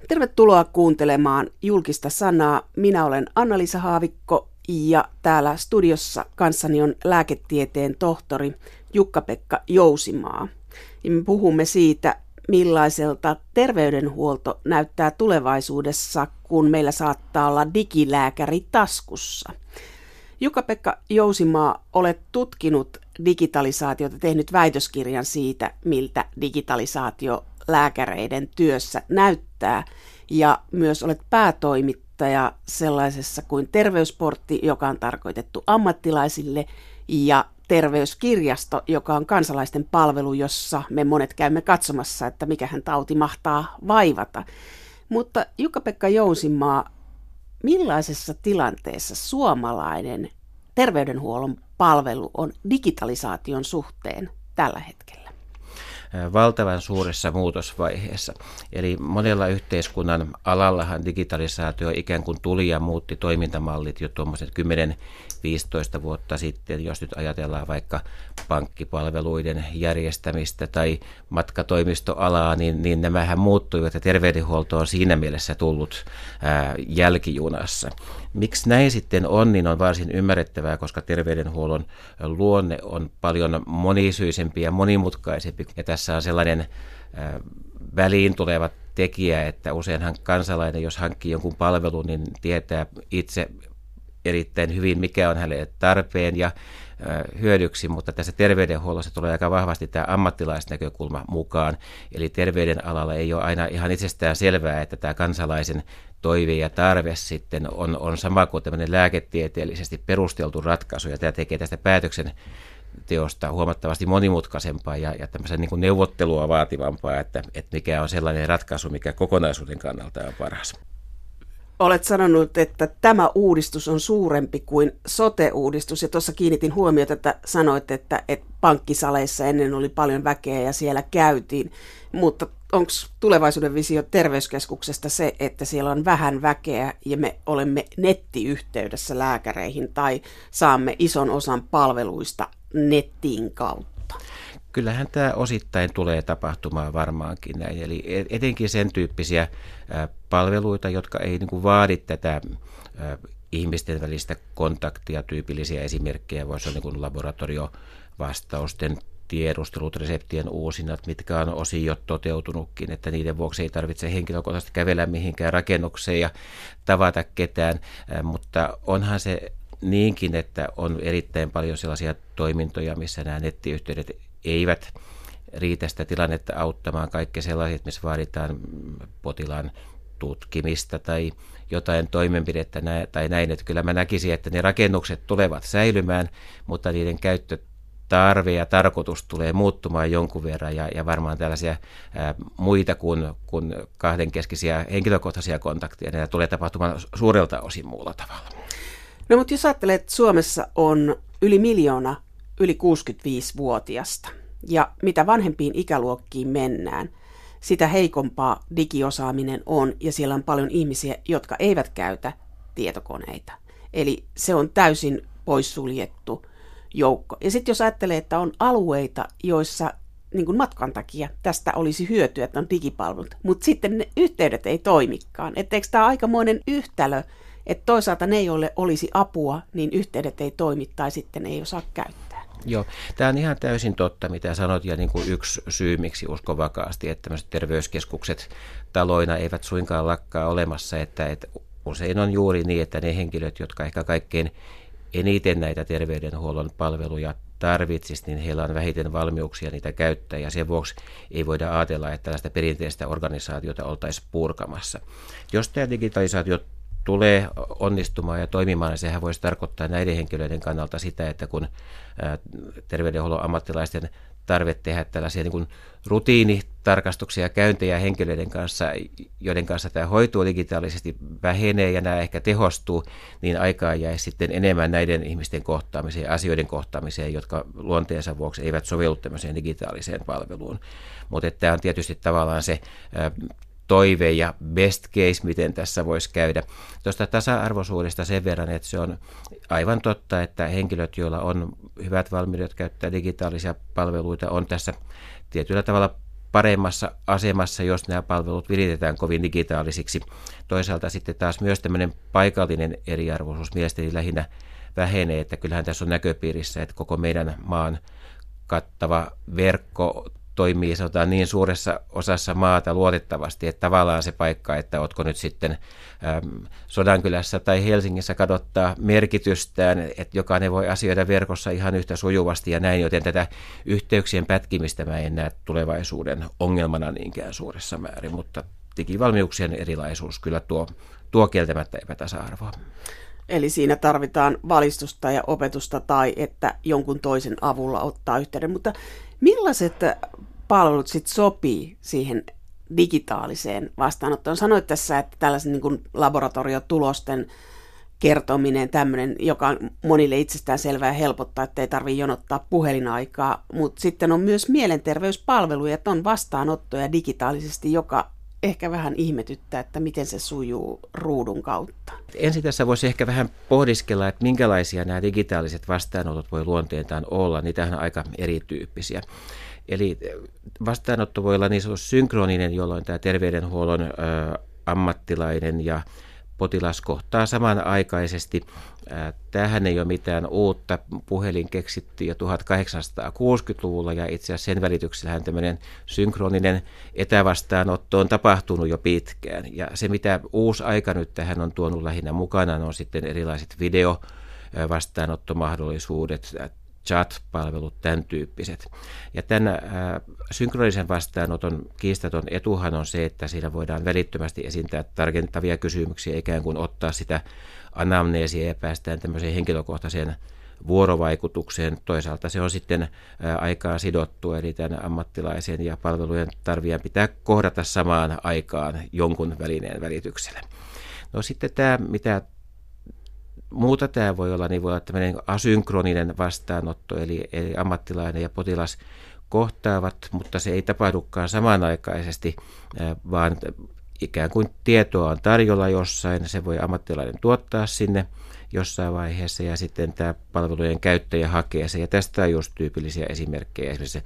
Tervetuloa kuuntelemaan Julkista sanaa. Minä olen Anna-Liisa Haavikko ja täällä studiossa kanssani on lääketieteen tohtori Jukka-Pekka Jousimaa. Ja me puhumme siitä, millaiselta terveydenhuolto näyttää tulevaisuudessa, kun meillä saattaa olla digilääkäri taskussa. Jukka-Pekka Jousimaa, olet tutkinut digitalisaatiota, tehnyt väitöskirjan siitä, miltä digitalisaatio lääkäreiden työssä näyttää, ja myös olet päätoimittaja sellaisessa kuin Terveysportti, joka on tarkoitettu ammattilaisille, ja Terveyskirjasto, joka on kansalaisten palvelu, jossa me monet käymme katsomassa, että mikähän tauti mahtaa vaivata. Mutta Jukka-Pekka Jousimaa, millaisessa tilanteessa suomalainen terveydenhuollon palvelu on digitalisaation suhteen tällä hetkellä? Valtavan suuressa muutosvaiheessa. Eli monella yhteiskunnan alallahan digitalisaatio ikään kuin tuli ja muutti toimintamallit jo tuommoiset 10-15 vuotta sitten. Jos nyt ajatellaan vaikka pankkipalveluiden järjestämistä tai matkatoimistoalaa, niin nämähän muuttuivat ja terveydenhuolto on siinä mielessä tullut jälkijunassa. Miksi näin sitten on, niin on varsin ymmärrettävää, koska terveydenhuollon luonne on paljon monisyisempi ja monimutkaisempi. Ja tässä on sellainen väliin tuleva tekijä, että useinhan kansalainen, jos hankkii jonkun palvelun, niin tietää itse erittäin hyvin, mikä on hänelle tarpeen ja hyödyksi, mutta tässä terveydenhuollossa tulee aika vahvasti tämä ammattilaisnäkökulma mukaan. Eli terveydenalalla ei ole aina ihan itsestään selvää, että tämä kansalaisen toive ja tarve sitten on sama kuin tämmöinen lääketieteellisesti perusteltu ratkaisu, ja tämä tekee tästä päätöksenteosta huomattavasti monimutkaisempaa ja tämmöisen niin kuin neuvottelua vaativampaa, että mikä on sellainen ratkaisu, mikä kokonaisuuden kannalta on paras. Olet sanonut, että tämä uudistus on suurempi kuin sote-uudistus, ja tuossa kiinnitin huomiota, että sanoit, että pankkisaleissa ennen oli paljon väkeä ja siellä käytiin, mutta onko tulevaisuuden visio terveyskeskuksesta se, että siellä on vähän väkeä ja me olemme nettiyhteydessä lääkäreihin tai saamme ison osan palveluista nettiin kautta? Kyllähän tämä osittain tulee tapahtumaan varmaankin näin, eli etenkin sen tyyppisiä palveluita, jotka ei niin kuin vaadi tätä ihmisten välistä kontaktia. Tyypillisiä esimerkkejä voisi olla niin kuin laboratoriovastausten tiedustelut, reseptien uusinnat, mitkä on osin jo toteutunutkin, että niiden vuoksi ei tarvitse henkilökohtaisesti kävellä mihinkään rakennukseen ja tavata ketään, mutta onhan se niinkin, että on erittäin paljon sellaisia toimintoja, missä nämä nettiyhteydet eivät riitä sitä tilannetta auttamaan. Kaikki sellaiset, missä vaaditaan potilaan tutkimista tai jotain toimenpidettä tai näin. Että kyllä mä näkisin, että ne rakennukset tulevat säilymään, mutta niiden käyttötarve ja tarkoitus tulee muuttumaan jonkun verran ja varmaan tällaisia muita kuin kahdenkeskisiä henkilökohtaisia kontakteja. Ne tulee tapahtumaan suurelta osin muulla tavalla. No mutta jos ajattelet, että Suomessa on yli 1 miljoona yli 65-vuotiasta. Ja mitä vanhempiin ikäluokkiin mennään, sitä heikompaa digiosaaminen on, ja siellä on paljon ihmisiä, jotka eivät käytä tietokoneita. Eli se on täysin poissuljettu joukko. Ja sitten jos ajattelee, että on alueita, joissa niin kuin matkan takia tästä olisi hyötyä, että on digipalvelut, mutta sitten ne yhteydet ei toimikaan. Etteikö tämä aikamoinen yhtälö, että toisaalta ne, joille olisi apua, niin yhteydet ei toimi tai sitten ei osaa käyttää? Joo, tämä on ihan täysin totta, mitä sanot, ja niin kuin yksi syy, miksi uskon vakaasti, että tämmöiset terveyskeskukset taloina eivät suinkaan lakkaa olemassa, että usein on juuri niin, että ne henkilöt, jotka ehkä kaikkein eniten näitä terveydenhuollon palveluja tarvitsisi, niin heillä on vähiten valmiuksia niitä käyttää, ja sen vuoksi ei voida ajatella, että tällaista perinteistä organisaatiota oltaisiin purkamassa. Jos tämä digitalisaatio tulee onnistumaan ja toimimaan, niin sehän voisi tarkoittaa näiden henkilöiden kannalta sitä, että kun terveydenhuollon ammattilaisten tarve tehdä tällaisia niin kuin rutiinitarkastuksia ja käyntejä henkilöiden kanssa, joiden kanssa tämä hoituu digitaalisesti vähenee ja nämä ehkä tehostuu, niin aikaa jäisi sitten enemmän näiden ihmisten kohtaamiseen ja asioiden kohtaamiseen, jotka luonteensa vuoksi eivät sovellu tämmöiseen digitaaliseen palveluun. Mutta tämä on tietysti tavallaan se toive ja best case, miten tässä voisi käydä. Tuosta tasa-arvoisuudesta sen verran, että se on aivan totta, että henkilöt, joilla on hyvät valmiudet käyttää digitaalisia palveluita, on tässä tietyllä tavalla paremmassa asemassa, jos nämä palvelut viritetään kovin digitaalisiksi. Toisaalta sitten taas myös tämmöinen paikallinen eriarvoisuus mielestäni lähinnä vähenee, että kyllähän tässä on näköpiirissä, että koko meidän maan kattava verkko toimii sanotaan niin suuressa osassa maata luotettavasti, että tavallaan se paikka, että ootko nyt sitten Sodankylässä tai Helsingissä kadottaa merkitystään, että jokainen voi asioida verkossa ihan yhtä sujuvasti ja näin, joten tätä yhteyksien pätkimistä mä en näe tulevaisuuden ongelmana niinkään suuressa määrin, mutta digivalmiuksien erilaisuus kyllä tuo kieltämättä epätasa-arvoa. Eli siinä tarvitaan valistusta ja opetusta tai että jonkun toisen avulla ottaa yhteyden. Mutta millaiset palvelut sitten sopii siihen digitaaliseen vastaanottoon? Sanoit tässä, että tällaisen niin kuin laboratoriotulosten kertominen, tämmöinen, joka on monille itsestään selvää ja helpottaa, että ei tarvitse jonottaa puhelinaikaa. Mutta sitten on myös mielenterveyspalveluja, että on vastaanottoja digitaalisesti, joka ehkä vähän ihmetyttää, että miten se sujuu ruudun kautta. Ensin tässä voisi ehkä vähän pohdiskella, että minkälaisia nämä digitaaliset vastaanotot voi luonteeltaan olla. Niitähän on aika erityyppisiä. Eli vastaanotto voi olla niin sanotusti synkroninen, jolloin tämä terveydenhuollon ammattilainen ja potilas kohtaa samanaikaisesti. Tämähän ei ole mitään uutta. Puhelin keksittiin jo 1860-luvulla ja itse asiassa sen välityksellähän tämmöinen synkroninen etävastaanotto on tapahtunut jo pitkään. Ja se, mitä uusi aika nyt tähän on tuonut lähinnä mukanaan, on sitten erilaiset videovastaanottomahdollisuudet, chat-palvelut, tämän tyyppiset. Ja tämän synkronisen vastaanoton kiistaton etuhan on se, että siinä voidaan välittömästi esittää tarkentavia kysymyksiä, ikään kuin ottaa sitä anamneesia ja päästään tämmöiseen henkilökohtaiseen vuorovaikutukseen. Toisaalta se on sitten aikaan sidottu, eli tämän ammattilaisen ja palvelujen tarvijan pitää kohdata samaan aikaan jonkun välineen välityksellä. No sitten tämä, mitä muuta tämä voi olla, niin voi olla tämmöinen asynkroninen vastaanotto, eli ammattilainen ja potilas kohtaavat, mutta se ei tapahdukaan samanaikaisesti, vaan ikään kuin tietoa on tarjolla jossain, se voi ammattilainen tuottaa sinne jossain vaiheessa ja sitten tämä palvelujen käyttäjä hakee se. Ja tästä on just tyypillisiä esimerkkejä, esimerkiksi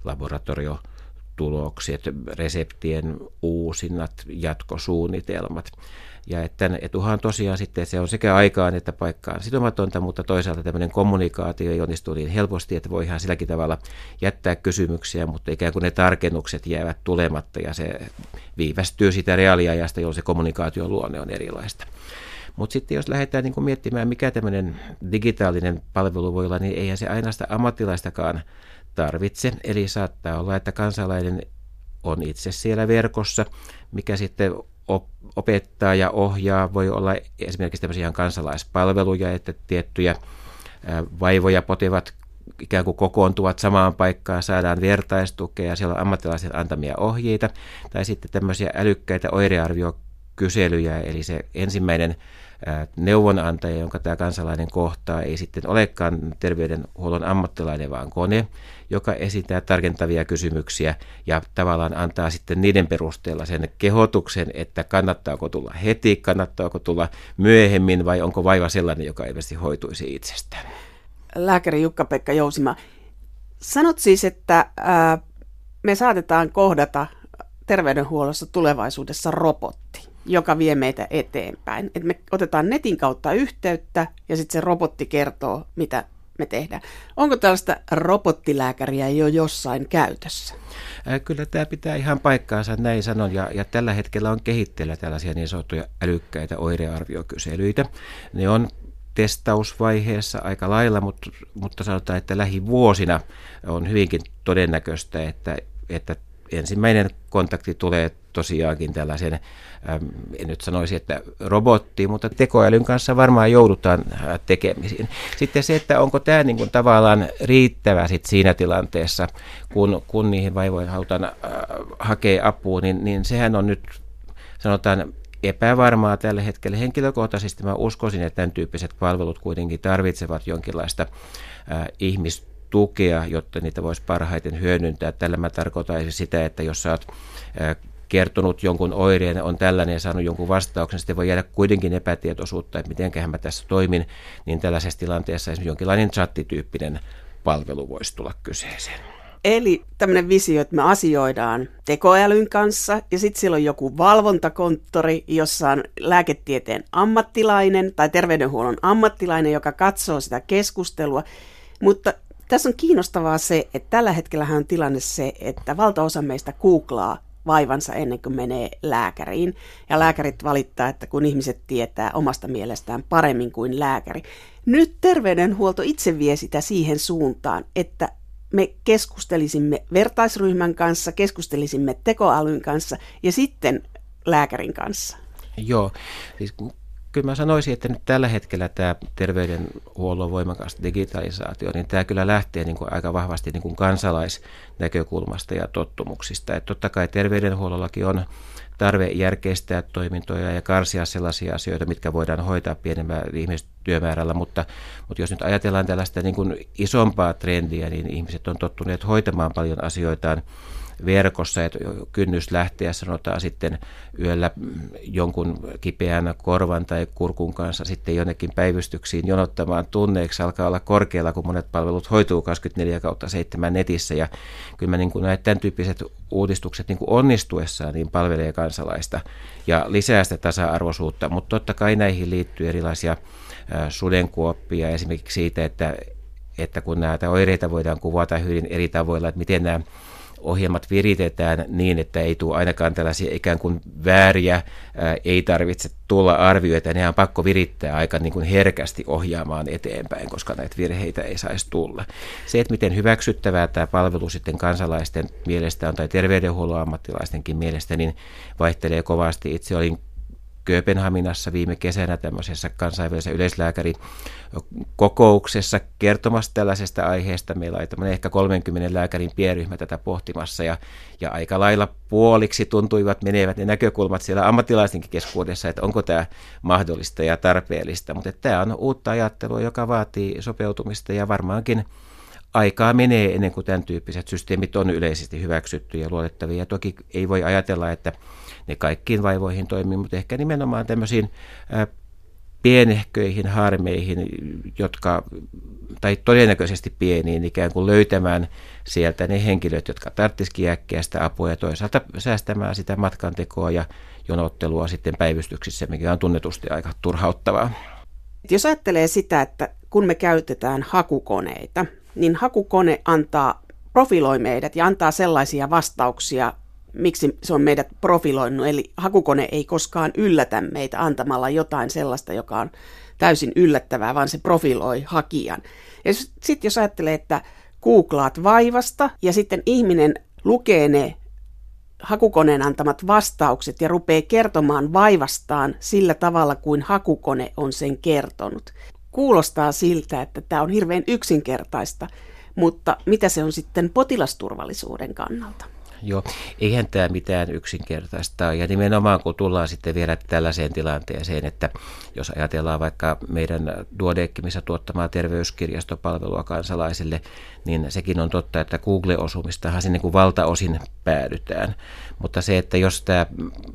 laboratoriotulokset, reseptien uusinnat, jatkosuunnitelmat. Ja että etuhan tosiaan sitten, että se on sekä aikaan että paikkaan sitomatonta, mutta toisaalta tämmöinen kommunikaatio ei onnistu niin helposti, että voi ihan silläkin tavalla jättää kysymyksiä, mutta ikään kuin ne tarkennukset jäävät tulematta ja se viivästyy sitä reaaliajasta, jolloin se kommunikaation luonne on erilaista. Mutta sitten jos lähdetään niin kuin miettimään, mikä tämmöinen digitaalinen palvelu voi olla, niin eihän se aina sitä ammattilaistakaan tarvitse. Eli saattaa olla, että kansalainen on itse siellä verkossa, mikä sitten opettaa ja ohjaa. Voi olla esimerkiksi tämmöisiä kansalaispalveluja, että tiettyjä vaivoja potevat ikään kuin kokoontuvat samaan paikkaan, saadaan vertaistukea ja siellä on ammattilaisen antamia ohjeita. Tai sitten tämmöisiä älykkäitä oirearviokyselyjä, eli se ensimmäinen neuvonantaja, jonka tämä kansalainen kohtaa, ei sitten olekaan terveydenhuollon ammattilainen, vaan kone, joka esittää tarkentavia kysymyksiä ja tavallaan antaa sitten niiden perusteella sen kehotuksen, että kannattaako tulla heti, kannattaako tulla myöhemmin vai onko vaiva sellainen, joka ilmeisesti hoituisi itsestään. Lääkäri Jukka-Pekka Jousima, sanot siis, että me saatetaan kohdata terveydenhuollossa tulevaisuudessa robotti, joka vie meitä eteenpäin. Et me otetaan netin kautta yhteyttä ja sitten se robotti kertoo, mitä me tehdään. Onko tällaista robottilääkäriä jo jossain käytössä? Kyllä tämä pitää ihan paikkaansa, näin sanon. Ja tällä hetkellä on kehitteillä tällaisia niin sanottuja älykkäitä oirearviokyselyitä. Ne on testausvaiheessa aika lailla, mutta sanotaan, että lähivuosina on hyvinkin todennäköistä, että ensimmäinen kontakti tulee tosiaankin tällaisen, en nyt sanoisi, että robottiin, mutta tekoälyn kanssa varmaan joudutaan tekemisiin. Sitten se, että onko tämä niin kuin tavallaan riittävä sit siinä tilanteessa, kun niihin vaivoihin halutaan hakea apua, niin sehän on nyt sanotaan epävarmaa tällä hetkellä. Henkilökohtaisesti mä uskoisin, että tämän tyyppiset palvelut kuitenkin tarvitsevat jonkinlaista ihmistukea, jotta niitä voisi parhaiten hyödyntää. Tällä mä tarkoitan sitä, että jos sä oot kertonut jonkun oireen, on tällainen ja saanut jonkun vastauksen, sitten voi jäädä kuitenkin epätietoisuutta, että mitenköhän mä tässä toimin, niin tällaisessa tilanteessa esimerkiksi jonkinlainen chattityyppinen palvelu voisi tulla kyseeseen. Eli tämmöinen visio, että me asioidaan tekoälyn kanssa ja sitten siellä on joku valvontakonttori, jossa on lääketieteen ammattilainen tai terveydenhuollon ammattilainen, joka katsoo sitä keskustelua. Mutta tässä on kiinnostavaa se, että tällä hetkellähän on tilanne se, että valtaosa meistä googlaa vaivansa ennen kuin menee lääkäriin. Ja lääkärit valittaa, että kun ihmiset tietää omasta mielestään paremmin kuin lääkäri. Nyt terveydenhuolto itse vie sitä siihen suuntaan, että me keskustelisimme vertaisryhmän kanssa, keskustelisimme tekoälyn kanssa ja sitten lääkärin kanssa. Joo, siis kyllä mä sanoisin, että nyt tällä hetkellä tämä terveydenhuollon voimakas digitalisaatio, niin tämä kyllä lähtee niin kuin aika vahvasti niin kuin kansalaisnäkökulmasta ja tottumuksista. Että totta kai terveydenhuollollakin on tarve järkeistää toimintoja ja karsia sellaisia asioita, mitkä voidaan hoitaa pienemmällä ihmistyömäärällä, mutta jos nyt ajatellaan tällaista niin kuin isompaa trendiä, niin ihmiset on tottuneet hoitamaan paljon asioitaan verkossa, että kynnys lähteä sanotaan sitten yöllä jonkun kipeän korvan tai kurkun kanssa sitten jonnekin päivystyksiin jonottamaan tunneiksi alkaa olla korkealla, kun monet palvelut hoituu 24/7 netissä ja kyllä mä niin kuin näet tämän tyyppiset uudistukset niin kuin onnistuessaan niin palvelee kansalaista ja lisää sitä tasa-arvoisuutta, mutta totta kai näihin liittyy erilaisia sudenkuoppia esimerkiksi siitä, että kun näitä oireita voidaan kuvata hyvin eri tavoilla, että miten nämä ohjelmat viritetään niin, että ei tule ainakaan tällaisia ikään kuin vääriä, ei tarvitse tulla arvioita, ne on pakko virittää aika niin kuin herkästi ohjaamaan eteenpäin, koska näitä virheitä ei saisi tulla. Se, että miten hyväksyttävää tämä palvelu sitten kansalaisten mielestä on tai terveydenhuollon ammattilaistenkin mielestä, niin vaihtelee kovasti. Itse olin Kööpenhaminassa viime kesänä tämmöisessä kansainvälisessä yleislääkärikokouksessa kertomassa tällaisesta aiheesta. Meillä oli tämmöinen ehkä 30 lääkärin pienryhmä tätä pohtimassa ja aika lailla puoliksi tuntuivat menevät ne näkökulmat siellä ammattilaistenkin keskuudessa, että onko tämä mahdollista ja tarpeellista. Mutta tämä on uutta ajattelua, joka vaatii sopeutumista ja varmaankin aikaa menee ennen kuin tämän tyyppiset systeemit on yleisesti hyväksytty ja luotettavia. Ja toki ei voi ajatella, että ne kaikkiin vaivoihin toimii, mutta ehkä nimenomaan tämmöisiin pienehköihin harmeihin, tai todennäköisesti pieniin, ikään kuin löytämään sieltä ne henkilöt, jotka tarvitsisikin äkkiä sitä apua ja toisaalta säästämään sitä matkantekoa ja jonottelua sitten päivystyksissä, mikä on tunnetusti aika turhauttavaa. Jos ajattelee sitä, että kun me käytetään hakukoneita, niin hakukone profiloi meidät ja antaa sellaisia vastauksia, miksi se on meidät profiloinut. Eli hakukone ei koskaan yllätä meitä antamalla jotain sellaista, joka on täysin yllättävää, vaan se profiloi hakijan. Ja sitten jos ajattelee, että googlaat vaivasta ja sitten ihminen lukee ne hakukoneen antamat vastaukset ja rupeaa kertomaan vaivastaan sillä tavalla, kuin hakukone on sen kertonut. Kuulostaa siltä, että tämä on hirveän yksinkertaista, mutta mitä se on sitten potilasturvallisuuden kannalta? Joo, eihän tämä mitään yksinkertaista ole. Ja nimenomaan kun tullaan sitten vielä tällaiseen tilanteeseen, että jos ajatellaan vaikka meidän Duodecimissa tuottamaa terveyskirjastopalvelua kansalaisille, niin sekin on totta, että Google-osumistahan sinne kuin valtaosin päädytään. Mutta se, että jos tämä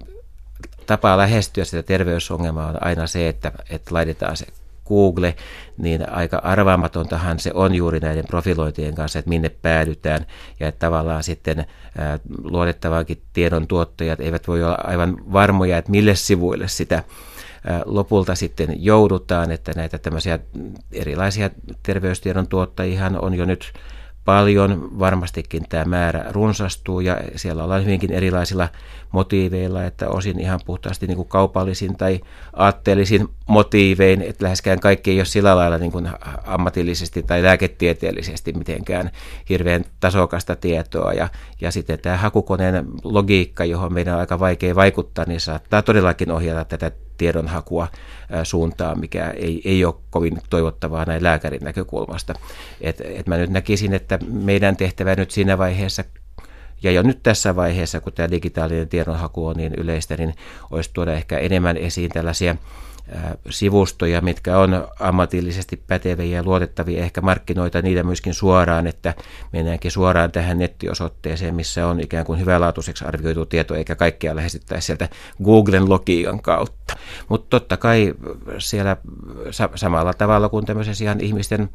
tapa lähestyä sitä terveysongelmaa on aina se, että laitetaan se Google, niin aika arvaamatontahan se on juuri näiden profilointien kanssa, että minne päädytään ja että tavallaan sitten luotettavankin tiedon tuottajat eivät voi olla aivan varmoja, että mille sivuille sitä lopulta sitten joudutaan, että näitä tämmöisiä erilaisia terveystiedon tuottajia on jo nyt paljon, varmastikin tämä määrä runsastuu ja siellä ollaan hyvinkin erilaisilla motiiveilla, että osin ihan puhtaasti niin kuin kaupallisin tai aatteellisin motiivein, että läheskään kaikki ei ole sillä lailla niin kuin ammatillisesti tai lääketieteellisesti mitenkään hirveän tasokasta tietoa ja sitten tämä hakukoneen logiikka, johon meidän on aika vaikea vaikuttaa, niin saattaa todellakin ohjata tätä tiedonhakua suuntaan, mikä ei ole kovin toivottavaa näin lääkärin näkökulmasta. Et mä nyt näkisin, että meidän tehtävä nyt siinä vaiheessa, ja jo nyt tässä vaiheessa, kun tämä digitaalinen tiedonhaku on niin yleistä, niin olisi tuoda ehkä enemmän esiin tällaisia sivustoja, mitkä on ammatillisesti päteviä ja luotettavia, ehkä markkinoita niitä myöskin suoraan, että mennäänkin suoraan tähän nettiosoitteeseen, missä on ikään kuin hyvälaatuiseksi arvioitu tieto, eikä kaikkea lähestyttäisi sieltä Googlen logiikan kautta. Mutta totta kai siellä samalla tavalla kuin tämmöisessä ihan ihmisten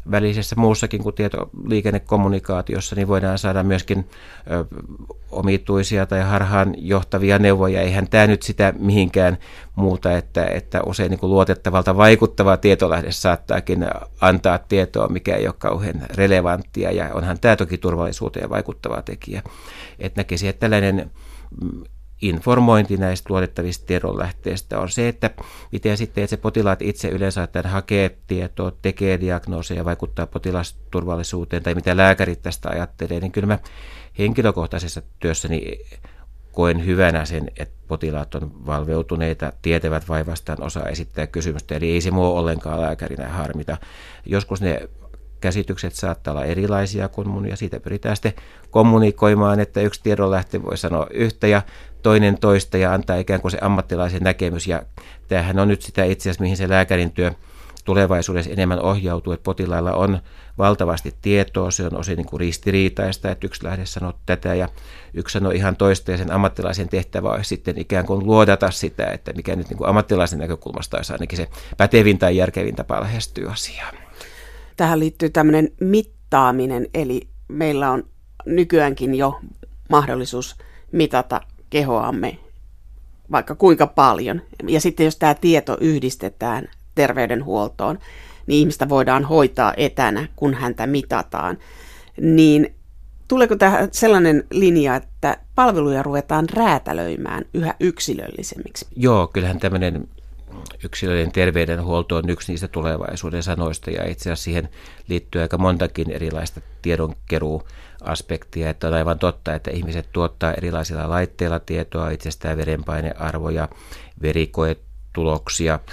välisessä muussakin kuin tietoliikennekommunikaatiossa, niin voidaan saada myöskin omituisia tai harhaan johtavia neuvoja. Eihän tämä nyt sitä mihinkään muuta, että usein niin kuin luotettavalta vaikuttava tietolähde saattaakin antaa tietoa, mikä ei ole kauhean relevanttia, ja onhan tämä toki turvallisuuteen vaikuttava tekijä. Että näkisin, että tällainen informointi näistä luotettavista tiedonlähteistä on se, että miten sitten että se potilaat itse yleensä hakee tietoa, tekee diagnooseja, vaikuttaa potilasturvallisuuteen tai mitä lääkärit tästä ajattelee, niin kyllä mä henkilökohtaisessa työssäni koen hyvänä sen, että potilaat on valveutuneita, tietävät vaivastaan, osaa esittää kysymystä, eli ei se mua ollenkaan lääkärinä harmita. Joskus ne käsitykset saattaa olla erilaisia kuin mun, ja siitä pyritään sitten kommunikoimaan, että yksi tiedonlähte voi sanoa yhtä ja toinen toista ja antaa ikään kuin se ammattilaisen näkemys, ja tämähän on nyt sitä itse asiassa, mihin se lääkärin työ tulevaisuudessa enemmän ohjautuu, että potilailla on valtavasti tietoa, se on osin niin kuin ristiriitaista, että yksi lähde sanoo tätä ja yksi sanoo ihan toista, ja sen ammattilaisen tehtävä olisi sitten ikään kuin luodata sitä, että mikä nyt niin kuin ammattilaisen näkökulmasta olisi ainakin se pätevin tai järkevin tapa lähestyä asiaa. Tähän liittyy tämmöinen mittaaminen, eli meillä on nykyäänkin jo mahdollisuus mitata kehoamme vaikka kuinka paljon. Ja sitten jos tämä tieto yhdistetään terveydenhuoltoon, niin ihmistä voidaan hoitaa etänä, kun häntä mitataan. Niin tuleeko tähän sellainen linja, että palveluja ruvetaan räätälöimään yhä yksilöllisemmiksi? Joo, kyllähän tämmöinen yksilöiden terveydenhuolto on yksi niistä tulevaisuuden sanoista, ja itse asiassa siihen liittyy aika montakin erilaista tiedonkeruuaspektia, että on aivan totta, että ihmiset tuottaa erilaisilla laitteilla tietoa, itsestään verenpainearvoja, verikoetuloksia,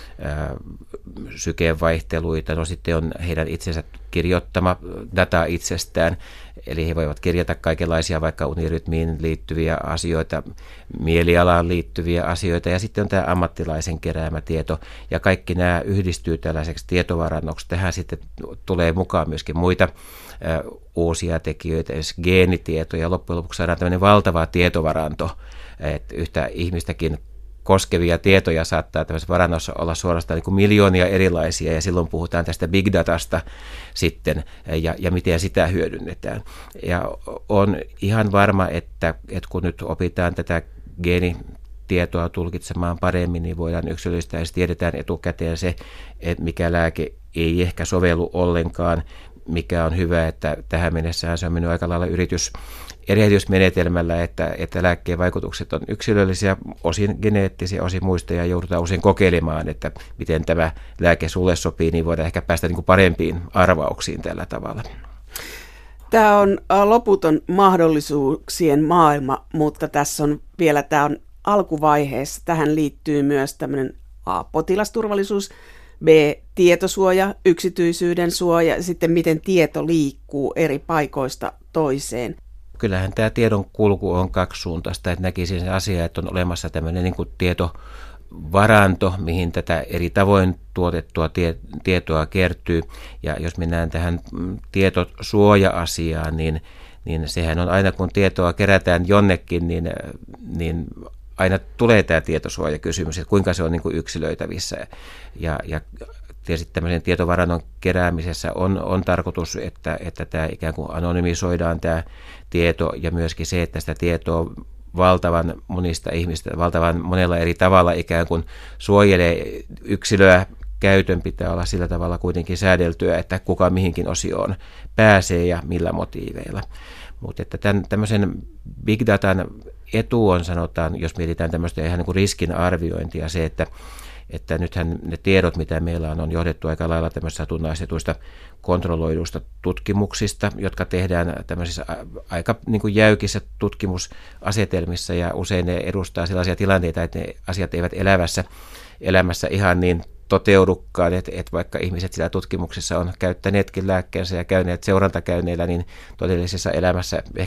sykevaihteluita, no sitten on heidän itsensä kirjoittama data itsestään, eli he voivat kirjata kaikenlaisia vaikka unirytmiin liittyviä asioita, mielialaan liittyviä asioita, ja sitten on tämä ammattilaisen keräämä tieto, ja kaikki nämä yhdistyy tällaiseksi tietovarannoksi. Tähän sitten tulee mukaan myöskin muita uusia tekijöitä, esimerkiksi geenitietoja, ja loppujen lopuksi saadaan tämmöinen valtava tietovaranto, että yhtä ihmistäkin koskevia tietoja saattaa tämmöisessä varannossa olla suorastaan niin kuin miljoonia erilaisia, ja silloin puhutaan tästä big datasta sitten, ja miten sitä hyödynnetään. Ja on ihan varma, että kun nyt opitaan tätä geenitietoa tulkitsemaan paremmin, niin voidaan yksilöllistää, ja tiedetään etukäteen se, että mikä lääke ei ehkä sovellu ollenkaan, mikä on hyvä, että tähän mennessähän se on mennyt aika lailla erehdysmenetelmällä, että lääkkeen vaikutukset on yksilöllisiä, osin geneettisiä, osin muista, ja joudutaan usein kokeilemaan, että miten tämä lääke sulle sopii, niin voidaan ehkä päästä niin kuin parempiin arvauksiin tällä tavalla. Tämä on loputon mahdollisuuksien maailma, mutta tässä on vielä, tämä on alkuvaiheessa. Tähän liittyy myös tämmöinen potilasturvallisuus, B, tietosuoja, yksityisyyden suoja, ja sitten miten tieto liikkuu eri paikoista toiseen. Kyllähän tämä tiedon kulku on kaksisuuntaista, että näkisin se asia, että on olemassa tämmöinen niin kuin tietovaranto, mihin tätä eri tavoin tuotettua tietoa kertyy, ja jos mennään tähän tietosuoja-asiaan, niin sehän on aina, kun tietoa kerätään jonnekin, niin aina tulee tämä tietosuojakysymys, että kuinka se on niin kuin yksilöitävissä, ja tietysti tämmöisen tietovarannon keräämisessä on tarkoitus, että tämä ikään kuin anonymisoidaan tämä tieto, ja myöskin se, että sitä tietoa valtavan monista ihmistä, valtavan monella eri tavalla ikään kuin suojelee yksilöä. Käytön pitää olla sillä tavalla kuitenkin säädeltyä, että kuka mihinkin osioon pääsee ja millä motiiveilla. Mutta että tämmöisen big datan etu on, sanotaan, jos mietitään tämmöistä ihan niin kuin riskinarviointia, se, että nythän ne tiedot, mitä meillä on johdettu aika lailla tämmöisissä satunnaistetuista kontrolloiduista tutkimuksista, jotka tehdään tämmöisissä aika niin kuin jäykissä tutkimusasetelmissa, ja usein ne edustaa sellaisia tilanteita, että ne asiat eivät elämässä ihan niin toteudukaan, että vaikka ihmiset siellä tutkimuksessa on käyttäneetkin lääkkeensä ja käyneet seurantakäynneillä, niin todellisessa elämässä ehkä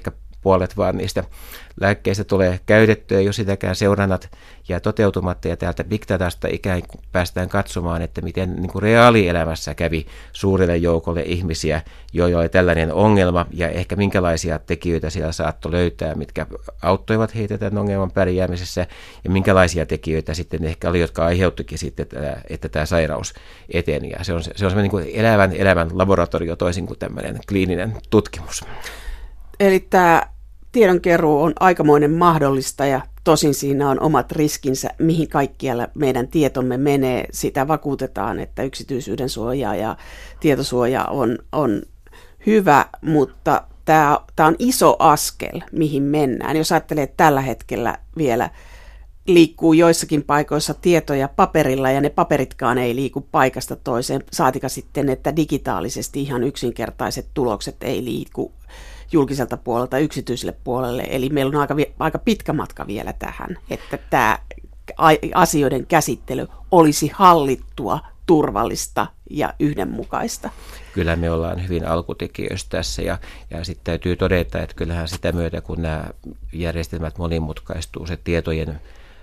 puolet vaan niistä lääkkeistä tulee käytettyä, jos sitäkään seurannat jää toteutumatta, ja täältä big datasta ikään kuin päästään katsomaan, että miten niin kuin reaalielämässä kävi suurelle joukolle ihmisiä, joilla oli tällainen ongelma, ja ehkä minkälaisia tekijöitä siellä saattoi löytää, mitkä auttoivat heitä tämän ongelman pärjäämisessä, ja minkälaisia tekijöitä sitten ehkä oli, jotka aiheuttikin sitten, että tämä sairaus eteni. Ja se on semmoinen niin kuin elävän laboratorio toisin kuin tämmöinen kliininen tutkimus. Eli tämä tiedonkeruu on aikamoinen mahdollista ja tosin siinä on omat riskinsä, mihin kaikkialla meidän tietomme menee. Sitä vakuutetaan, että yksityisyyden suoja ja tietosuoja on hyvä, mutta tämä on iso askel, mihin mennään. Jos ajattelee, että tällä hetkellä vielä liikkuu joissakin paikoissa tietoja paperilla ja ne paperitkaan ei liiku paikasta toiseen, saatika sitten, että digitaalisesti ihan yksinkertaiset tulokset ei liiku julkiselta puolelta yksityiselle puolelle. Eli meillä on aika pitkä matka vielä tähän, että tämä asioiden käsittely olisi hallittua, turvallista ja yhdenmukaista. Kyllä me ollaan hyvin alkutekijöissä tässä ja sitten täytyy todeta, että kyllähän sitä myötä, kun nämä järjestelmät monimutkaistuu, se tietojen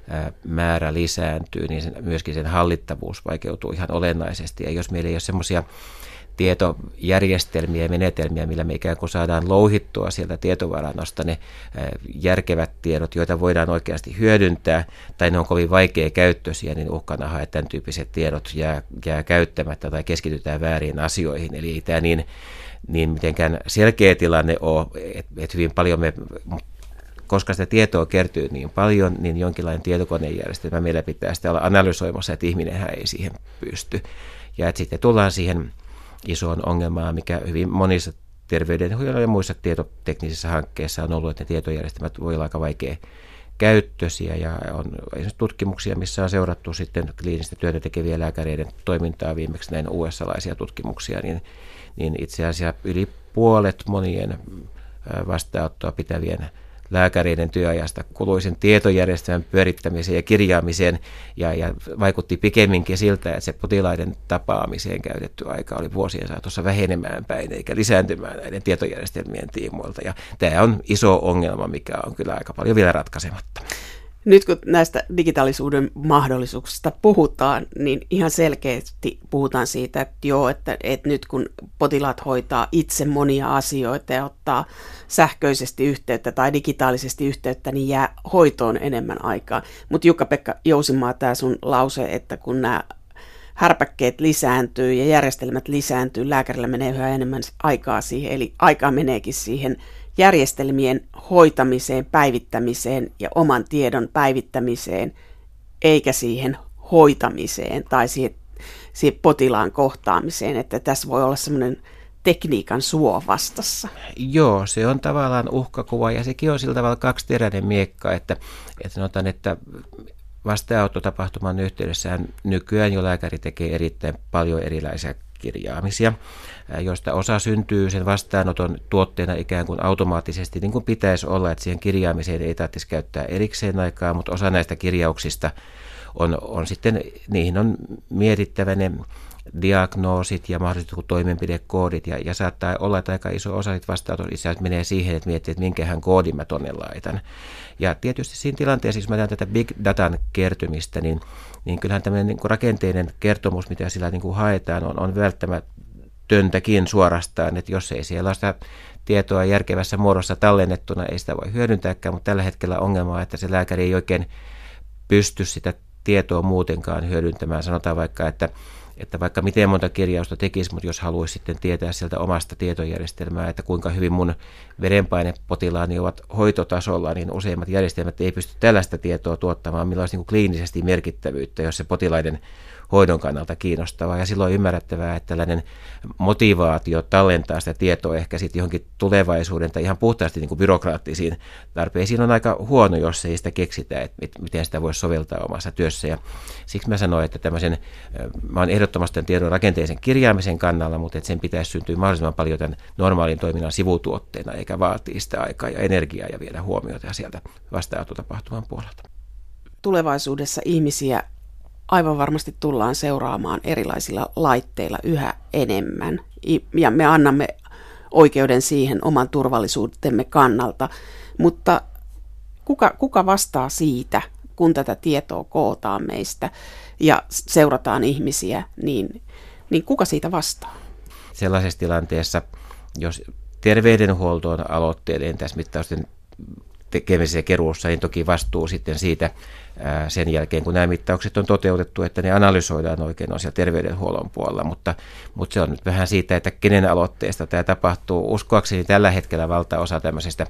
määrä lisääntyy, niin myöskin sen hallittavuus vaikeutuu ihan olennaisesti. Ja jos meillä ei ole semmoisia tietojärjestelmiä ja menetelmiä, millä me ikään kuin saadaan louhittua sieltä tietovarannosta ne järkevät tiedot, joita voidaan oikeasti hyödyntää, tai ne on kovin vaikea käyttöisiä, niin uhkana, että tämän tyyppiset tiedot jää käyttämättä tai keskitytään väärin asioihin. Eli ei tämä niin mitenkään selkeä tilanne ole, että hyvin paljon koska sitä tietoa kertyy niin paljon, niin jonkinlainen tietokonejärjestelmä meillä pitää sitä olla analysoimassa, että ihminenhän ei siihen pysty. Ja että sitten tullaan siihen isoon ongelmaan, mikä hyvin monissa terveydenhoidolla ja muissa tietoteknisissä hankkeissa on ollut, että ne tietojärjestelmät voi olla aika vaikea käyttöisiä ja on esimerkiksi tutkimuksia, missä on seurattu sitten kliinistä työtä tekevien lääkäreiden toimintaa, viimeksi näin USA-laisia tutkimuksia, niin itse asiassa yli puolet monien vastaanottoa pitävien lääkäreiden työajasta kului sen tietojärjestelmän pyörittämiseen ja kirjaamiseen ja vaikutti pikemminkin siltä, että se potilaiden tapaamiseen käytetty aika oli vuosien saatossa vähenemään päin eikä lisääntymään näiden tietojärjestelmien tiimoilta. Ja tämä on iso ongelma, mikä on kyllä aika paljon vielä ratkaisematta. Nyt kun näistä digitaalisuuden mahdollisuuksista puhutaan, niin ihan selkeästi puhutaan siitä, että nyt kun potilaat hoitaa itse monia asioita ja ottaa sähköisesti yhteyttä tai digitaalisesti yhteyttä, niin jää hoitoon enemmän aikaa. Mutta Jukka-Pekka Jousimaa, tämä sun lause, että kun nämä härpäkkeet lisääntyy ja järjestelmät lisääntyy, lääkärillä menee yhä enemmän aikaa siihen, eli aikaa meneekin siihen järjestelmien hoitamiseen, päivittämiseen ja oman tiedon päivittämiseen, eikä siihen hoitamiseen tai siihen potilaan kohtaamiseen, että tässä voi olla semmoinen tekniikan suo vastassa. Joo, se on tavallaan uhkakuva ja sekin on sillä tavalla kaksiteräinen miekka, että sanotaan, että vastaanottotapahtuman yhteydessään nykyään jo lääkäri tekee erittäin paljon erilaisia kirjaamisia, joista osa syntyy sen vastaanoton tuotteena ikään kuin automaattisesti, niin kuin pitäisi olla, että siihen kirjaamiseen ei tarvitsisi käyttää erikseen aikaa, mutta osa näistä kirjauksista on sitten, niihin on mietittävä ne diagnoosit ja mahdolliset toimenpidekoodit, ja saattaa olla, että aika iso osa vastaanotosta itse asiassa menee siihen, että miettii, että minkähän koodin mä tonne laitan. Ja tietysti siinä tilanteessa, jos mä teen tätä big datan kertymistä, niin kyllähän tämmöinen niin kuin rakenteinen kertomus, mitä sillä niin kuin haetaan, on välttämätöntäkin suorastaan, että jos ei siellä ole sitä tietoa järkevässä muodossa tallennettuna, ei sitä voi hyödyntääkään, mutta tällä hetkellä ongelma on, että se lääkäri ei oikein pysty sitä tietoa muutenkaan hyödyntämään. Sanotaan vaikka, että vaikka miten monta kirjausta tekisi, mutta jos haluaisi sitten tietää sieltä omasta tietojärjestelmää, että kuinka hyvin mun verenpainepotilaani ovat hoitotasolla, niin useimmat järjestelmät ei pysty tällaista tietoa tuottamaan, millä olisi niin kuin kliinisesti merkittävyyttä, jos se potilaiden hoidon kannalta kiinnostavaa. Ja silloin on ymmärrettävää, että tällainen motivaatio tallentaa sitä tietoa ehkä sitten johonkin tulevaisuuden tai ihan puhtaasti niin kuin byrokraattisiin tarpeisiin on aika huono, jos ei sitä keksitä, että miten sitä voisi soveltaa omassa työssä. Ja siksi mä sanoin, että mä olen ehdottomasti tämän tiedon rakenteisen kirjaamisen kannalla, mutta että sen pitäisi syntyä mahdollisimman paljon tämän normaalin toiminnan sivutuotteena, eikä vaatii sitä aikaa ja energiaa ja viedä huomiota sieltä vastaanottotapahtuman puolelta. Tulevaisuudessa ihmisiä aivan varmasti tullaan seuraamaan erilaisilla laitteilla yhä enemmän. Ja me annamme oikeuden siihen oman turvallisuutemme kannalta. Mutta kuka vastaa siitä, kun tätä tietoa kootaan meistä ja seurataan ihmisiä, niin kuka siitä vastaa? Sellaisessa tilanteessa, jos terveydenhuolto on aloitteellinen tässä mittausten tekemisessä ja keruussa, niin toki vastuu sitten siitä sen jälkeen, kun nämä mittaukset on toteutettu, että ne analysoidaan oikein on siellä terveydenhuollon puolella, mutta se on nyt vähän siitä, että kenen aloitteesta tämä tapahtuu. Uskoakseni tällä hetkellä valtaosa tämmöisestä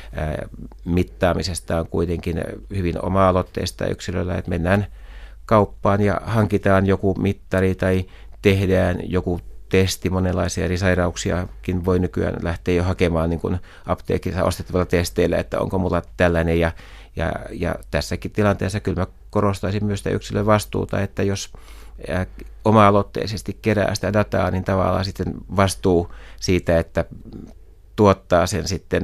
mittaamisesta on kuitenkin hyvin oma-aloitteista yksilöllä, että mennään kauppaan ja hankitaan joku mittari tai tehdään joku testi, monenlaisia eri sairauksiakin voi nykyään lähteä jo hakemaan niin kuin apteekissa ostettavilla testeillä, että onko mulla tällainen ja tässäkin tilanteessa kyllä mä korostaisin myös sitä yksilön vastuuta, että jos oma-aloitteisesti kerää sitä dataa, niin tavallaan sitten vastuu siitä, että tuottaa sen sitten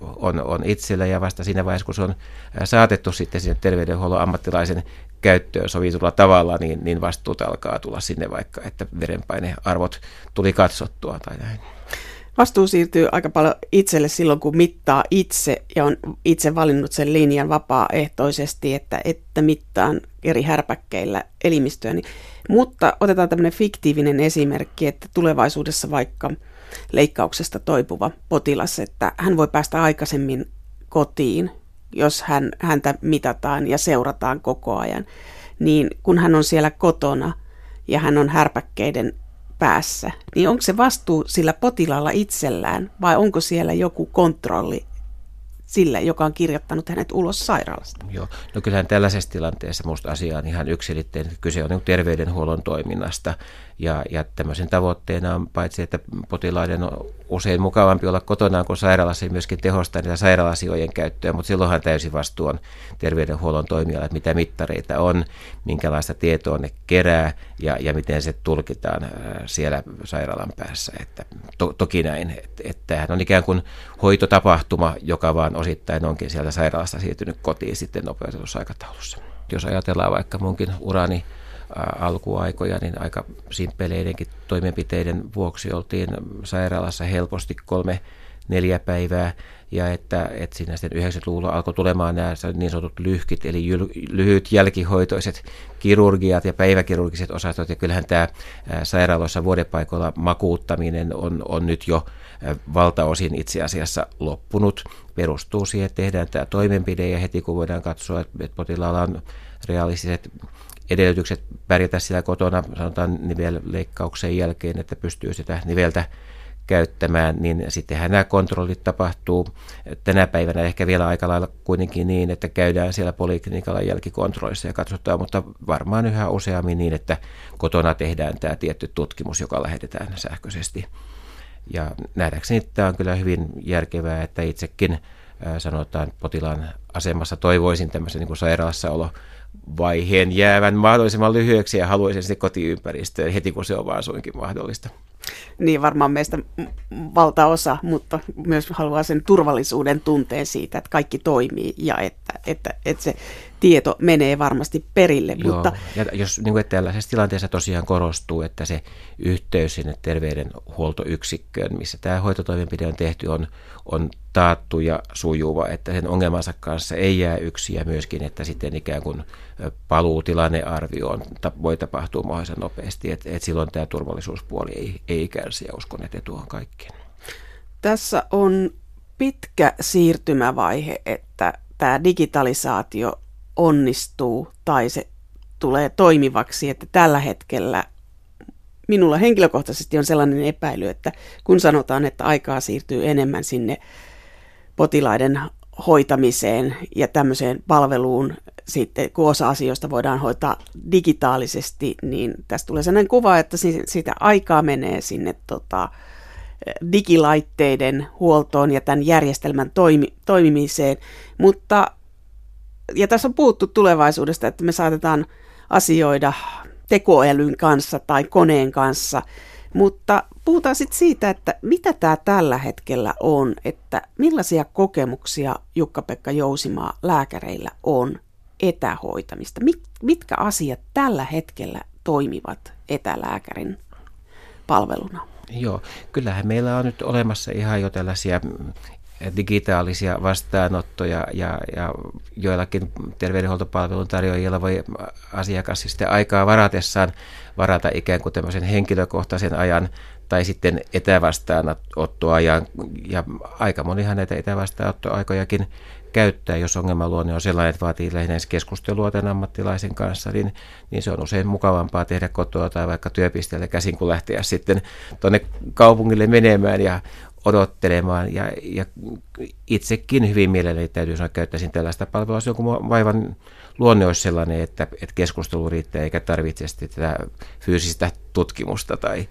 on itsellä ja vasta siinä vaiheessa, kun se on saatettu sitten sinne terveydenhuollon ammattilaisen käyttöön sovitulla tavalla, niin vastuut alkaa tulla sinne vaikka, että verenpainearvot tuli katsottua tai näin. Vastuu siirtyy aika paljon itselle silloin, kun mittaa itse ja on itse valinnut sen linjan vapaaehtoisesti, että mittaan eri härpäkkeillä elimistöäni. Mutta otetaan tämmöinen fiktiivinen esimerkki, että tulevaisuudessa vaikka leikkauksesta toipuva potilas, että hän voi päästä aikaisemmin kotiin, jos häntä mitataan ja seurataan koko ajan, niin kun hän on siellä kotona ja hän on härpäkkeiden päässä, niin onko se vastuu sillä potilaalla itsellään vai onko siellä joku kontrolli sillä, joka on kirjoittanut hänet ulos sairaalasta? Joo, no kyllähän tällaisessa tilanteessa minusta asia on ihan yksiselitteinen. Kyse on terveydenhuollon toiminnasta ja tämmöisen tavoitteena on paitsi, että potilaiden on usein mukavampi olla kotonaan kuin sairaalassa ja myöskin tehostaa niitä sairaala-asioiden käyttöä, mutta silloinhan täysin vastuu on terveydenhuollon toimijalla, että mitä mittareita on, minkälaista tietoa ne kerää ja miten se tulkitaan siellä sairaalan päässä. Että toki näin, että tämähän on ikään kuin hoitotapahtuma, joka vaan osittain onkin sieltä sairaalasta siirtynyt kotiin sitten nopeutetussa aikataulussa. Jos ajatellaan vaikka munkin urani alkuaikoja, niin aika simppeleidenkin toimenpiteiden vuoksi oltiin sairaalassa helposti 3-4 päivää, ja että siinä sitten 90-luvulla alkoi tulemaan nämä niin sanotut lyhkit, eli lyhyt jälkihoitoiset kirurgiat ja päiväkirurgiset osastot, ja kyllähän tämä sairaaloissa vuodepaikoilla makuuttaminen on nyt jo valtaosin itse asiassa loppunut. Perustuu siihen, että tehdään tämä toimenpide, ja heti kun voidaan katsoa, että potilaalla on realistiset edellytykset pärjätä siellä kotona, sanotaan nivelleikkauksen jälkeen, että pystyy sitä niveltä käyttämään, niin sittenhän nämä kontrollit tapahtuu tänä päivänä ehkä vielä aika lailla kuitenkin niin, että käydään siellä poliklinikalla jälkikontrollissa ja katsotaan, mutta varmaan yhä useammin niin, että kotona tehdään tämä tietty tutkimus, joka lähetetään sähköisesti. Ja nähdäkseni tämä on kyllä hyvin järkevää, että itsekin sanotaan potilaan asemassa toivoisin tämmöisen niin kuin sairaalassaolovaiheen jäävän mahdollisimman lyhyeksi ja haluaisin sitten kotiympäristöön heti, kun se on vaan suinkin mahdollista. Niin varmaan meistä valtaosa, mutta myös haluaa sen turvallisuuden tunteen siitä, että kaikki toimii ja että se tieto menee varmasti perille. Joo, mutta ja jos niin kuin tällaisessa tilanteessa tosiaan korostuu, että se yhteys sinne terveydenhuoltoyksikköön, missä tämä hoitotoimenpide on tehty, on taattu ja sujuva, että sen ongelmansa kanssa ei jää yksin ja myöskin, että sitten ikään kuin paluutilannearvioon voi tapahtua mahdollisimman nopeasti, että silloin tämä turvallisuuspuoli ei kärsi ja uskon, että etu on kaikkien. Tässä on pitkä siirtymävaihe, että tämä digitalisaatio onnistuu tai se tulee toimivaksi, että tällä hetkellä minulla henkilökohtaisesti on sellainen epäily, että kun sanotaan, että aikaa siirtyy enemmän sinne potilaiden hoitamiseen ja tämmöiseen palveluun, sitten kun osa asioista voidaan hoitaa digitaalisesti, niin tästä tulee sellainen kuva, että sitä aikaa menee sinne digilaitteiden huoltoon ja tämän järjestelmän toimimiseen, ja tässä on puhuttu tulevaisuudesta, että me saatetaan asioida tekoälyn kanssa tai koneen kanssa, mutta puhutaan sitten siitä, että mitä tämä tällä hetkellä on, että millaisia kokemuksia Jukka-Pekka Jousimaa lääkäreillä on etähoitamista. Mitkä asiat tällä hetkellä toimivat etälääkärin palveluna? Joo, kyllähän meillä on nyt olemassa ihan jo tällaisia digitaalisia vastaanottoja ja joillakin terveydenhuoltopalvelun tarjoajilla voi asiakas sitten aikaa varatessaan varata ikään kuin tämmöisen henkilökohtaisen ajan tai sitten etävastaanottoajan, ja aika monihan näitä etävastaanottoaikojakin käyttää, jos ongelmaluonne on sellainen, että vaatii lähinnä keskustelua tämän ammattilaisen kanssa, niin se on usein mukavampaa tehdä kotoa tai vaikka työpisteelle käsin, kun lähteä sitten tuonne kaupungille menemään ja odottelemaan. Ja itsekin hyvin mielelläni täytyy sanoa, että käyttäisin tällaista palvelua, kun vaivan luonne olisi sellainen, että keskustelu riittää eikä tarvitse tätä fyysistä tutkimusta tai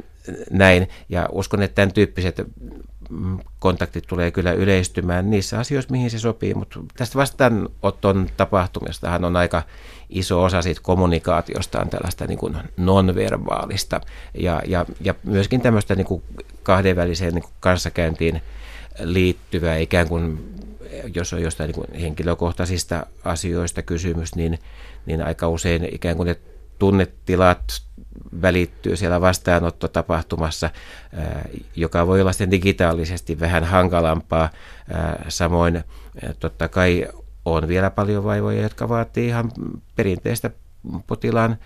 näin. Ja uskon, että tämän tyyppiset kontaktit tulee kyllä yleistymään niissä asioissa, mihin se sopii, mutta tästä vastaanoton tapahtumistahan on aika iso osa siitä kommunikaatiosta on tällaista niin kuin nonverbaalista ja myöskin tämmöistä niin kuin kahdenväliseen niin kuin kanssakäyntiin liittyvää ikään kuin, jos on jostain niin kuin henkilökohtaisista asioista kysymys, niin aika usein ikään kuin ne tunnetilat välittyy siellä vastaanottotapahtumassa, joka voi olla sitten digitaalisesti vähän hankalampaa. Samoin totta kai on vielä paljon vaivoja, jotka vaatii ihan perinteistä potilaan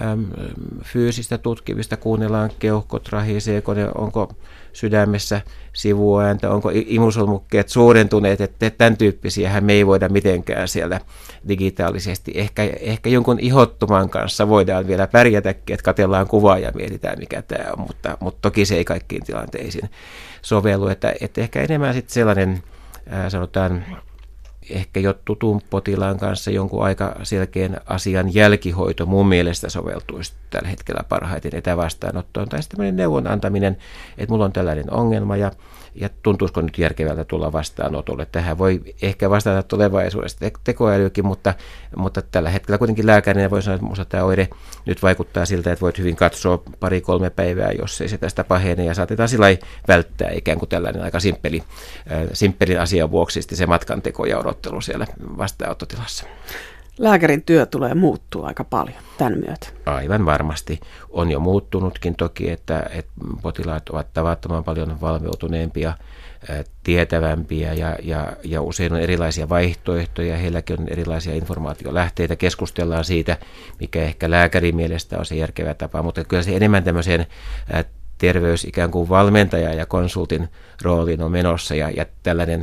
fyysistä tutkimista, kuunnellaan keuhkot, rahiseeko ne, onko sydämessä sivuääntä, onko imusolmukkeet suurentuneet, että tämän tyyppisiähän me ei voida mitenkään siellä digitaalisesti. Ehkä jonkun ihottuman kanssa voidaan vielä pärjätäkin, että katsellaan kuvaa ja mietitään mikä tämä on, mutta toki se ei kaikkiin tilanteisiin sovellu, että ehkä enemmän sitten sellainen sanotaan ehkä jo tutun potilaan kanssa jonkun aika selkeän asian jälkihoito mun mielestä soveltuisi tällä hetkellä parhaiten etävastaanottoon. Tai sitten neuvon antaminen, että mulla on tällainen ongelma ja tuntuisiko nyt järkevältä tulla vastaanotolle. Tähän voi ehkä vastata tulevaisuudessa tekoälykin, mutta tällä hetkellä kuitenkin lääkärinä voi sanoa, että minusta tämä oire nyt vaikuttaa siltä, että voit hyvin katsoa 2-3 päivää, jos ei se tästä pahene, ja saatetaan sillä lailla välttää ikään kuin tällainen aika simppelin asian vuoksi se matkanteko ja odottelu siellä vastaanottotilassa. Lääkärin työ tulee muuttua aika paljon tämän myötä. Aivan varmasti. On jo muuttunutkin toki, että potilaat ovat tavattoman paljon valveutuneempia, tietävämpiä ja usein on erilaisia vaihtoehtoja. Heilläkin on erilaisia informaatiolähteitä. Keskustellaan siitä, mikä ehkä lääkärin mielestä on se järkevä tapa, mutta kyllä se enemmän tämmöiseen terveys ikään kuin valmentaja ja konsultin rooliin on menossa ja tällainen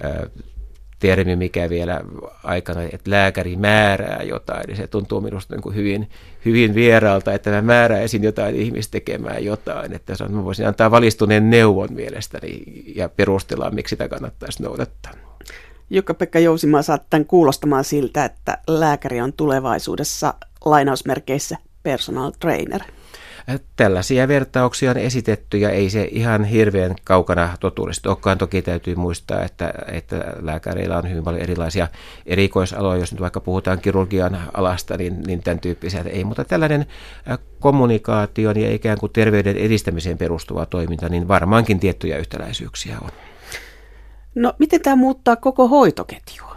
termi, mikä vielä aikana, että lääkäri määrää jotain, niin se tuntuu minusta niin kuin hyvin, hyvin vieraalta, että mä määräisin jotain ihmistä tekemään jotain, että mä voisin antaa valistuneen neuvon mielestäni ja perustella, miksi sitä kannattaisi noudattaa. Jukka-Pekka Jousimaa, saat tämän kuulostamaan siltä, että lääkäri on tulevaisuudessa lainausmerkeissä personal trainer. Tällaisia vertauksia on esitetty ja ei se ihan hirveän kaukana totuudesta olekaan. Toki täytyy muistaa, että lääkäreillä on hyvin paljon erilaisia erikoisaloja. Jos nyt vaikka puhutaan kirurgian alasta, niin tämän tyyppisiä ei. Mutta tällainen kommunikaation ja ikään kuin terveyden edistämiseen perustuva toiminta, niin varmaankin tiettyjä yhtäläisyyksiä on. No, miten tämä muuttaa koko hoitoketjua?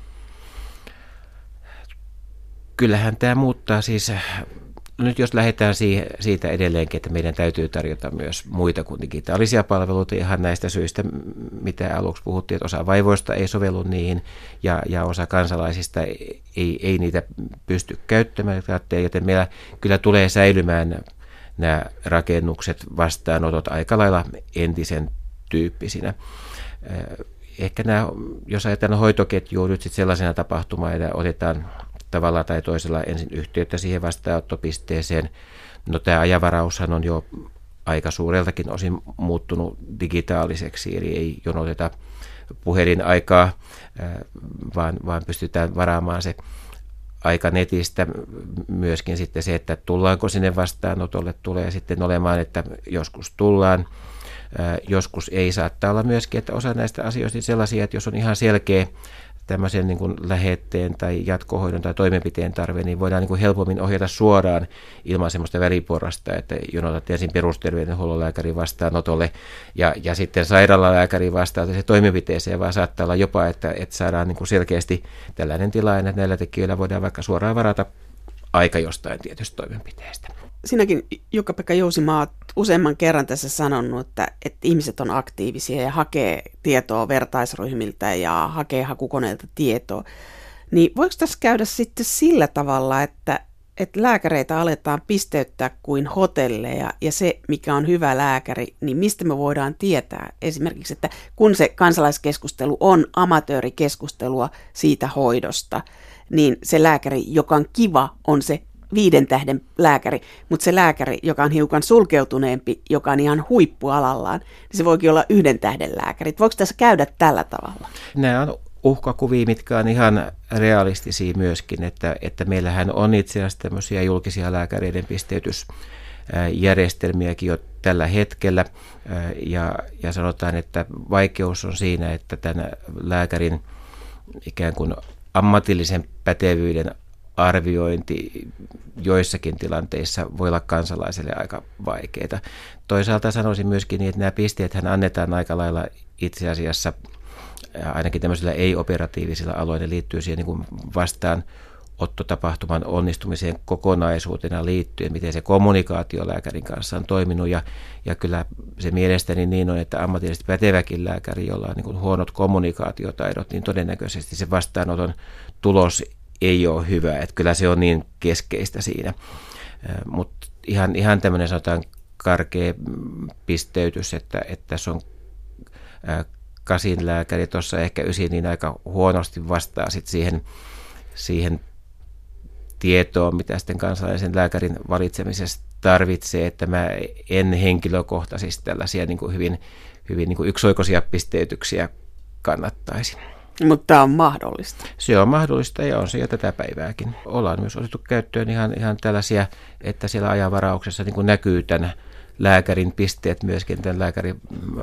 Kyllähän tämä muuttaa siis. Nyt jos lähdetään siitä edelleenkin, että meidän täytyy tarjota myös muita kuin digitaalisia palveluita ihan näistä syistä, mitä aluksi puhuttiin, että osa vaivoista ei sovellu niihin ja osa kansalaisista ei niitä pysty käyttämään, joten meillä kyllä tulee säilymään nämä rakennukset, vastaanotot aika lailla entisen tyyppisinä. Ehkä nämä, jos ajatellaan hoitoketjua nyt sitten sellaisena tapahtumaan, että otetaan tavalla tai toisella ensin yhteyttä siihen vastaanottopisteeseen. No tämä ajanvaraushan on jo aika suureltakin osin muuttunut digitaaliseksi, eli ei jonoteta puhelinaikaa, vaan pystytään varaamaan se aika netistä. Myöskin sitten se, että tullaanko sinne vastaanotolle, tulee sitten olemaan, että joskus tullaan, joskus ei. Saattaa olla myöskin, että osa näistä asioista on sellaisia, että jos on ihan selkeä tämmöisen niin kuin lähetteen tai jatkohoidon tai toimenpiteen tarve, niin voidaan niin kuin helpommin ohjata suoraan ilman semmoista väliporrasta, että jonotat ensin perusterveydenhuollon lääkärin vastaanotolle ja sitten sairaalalääkärin vastaanotolle se toimenpiteeseen, vaan saattaa olla jopa, että saadaan niin kuin selkeästi tällainen tilanne, että näillä tekijöillä voidaan vaikka suoraan varata aika jostain tietystä toimenpiteestä. sinäkin, Jukka-Pekka Jousimaa, olet useamman kerran tässä sanonut, että ihmiset on aktiivisia ja hakee tietoa vertaisryhmiltä ja hakee hakukoneelta tietoa. Niin voiko tässä käydä sitten sillä tavalla, että lääkäreitä aletaan pisteyttää kuin hotelleja ja se, mikä on hyvä lääkäri, niin mistä me voidaan tietää esimerkiksi, että kun se kansalaiskeskustelu on amatöörikeskustelua siitä hoidosta, niin se lääkäri, joka on kiva, on se 5 tähden lääkäri, mutta se lääkäri, joka on hiukan sulkeutuneempi, joka on ihan huippualallaan, niin se voikin olla 1 tähden lääkäri. Voiko tässä käydä tällä tavalla? Nämä on uhkakuvia, mitkä on ihan realistisia myöskin, että meillähän on itse asiassa tämmöisiä julkisia lääkäreiden pisteytysjärjestelmiäkin jo tällä hetkellä, ja sanotaan, että vaikeus on siinä, että tämän lääkärin ikään kuin ammatillisen pätevyyden arviointi joissakin tilanteissa voi olla kansalaiselle aika vaikeaa. Toisaalta sanoisin myöskin niin, että nämä pisteethän annetaan aika lailla itse asiassa ainakin tämmöisillä ei-operatiivisilla aloilla liittyy siihen niin kuin vastaanottotapahtuman onnistumiseen kokonaisuutena liittyen, miten se kommunikaatio lääkärin kanssa on toiminut. Ja kyllä se mielestäni niin on, että ammatillisesti päteväkin lääkäri, jolla on niin kuin huonot kommunikaatiotaidot, niin todennäköisesti se vastaanoton tulos ei ole hyvä. Että kyllä se on niin keskeistä siinä. Mutta ihan tämmöinen sanotaan karkea pisteytys, että tässä on 8 lääkäri, tuossa ehkä 9, niin aika huonosti vastaa sit siihen tietoon, mitä sitten kansalaisen lääkärin valitsemisesta tarvitsee, että mä en henkilökohtaisesti tällaisia niin kuin hyvin niin kuin yksioikoisia pisteytyksiä kannattaisi. Mutta tämä on mahdollista. Se on mahdollista ja on se jo tätä päivääkin. Ollaan myös otettu käyttöön ihan tällaisia, että siellä ajanvarauksessa niin kuin näkyy tämän lääkärin pisteet myöskin tämän lääkärin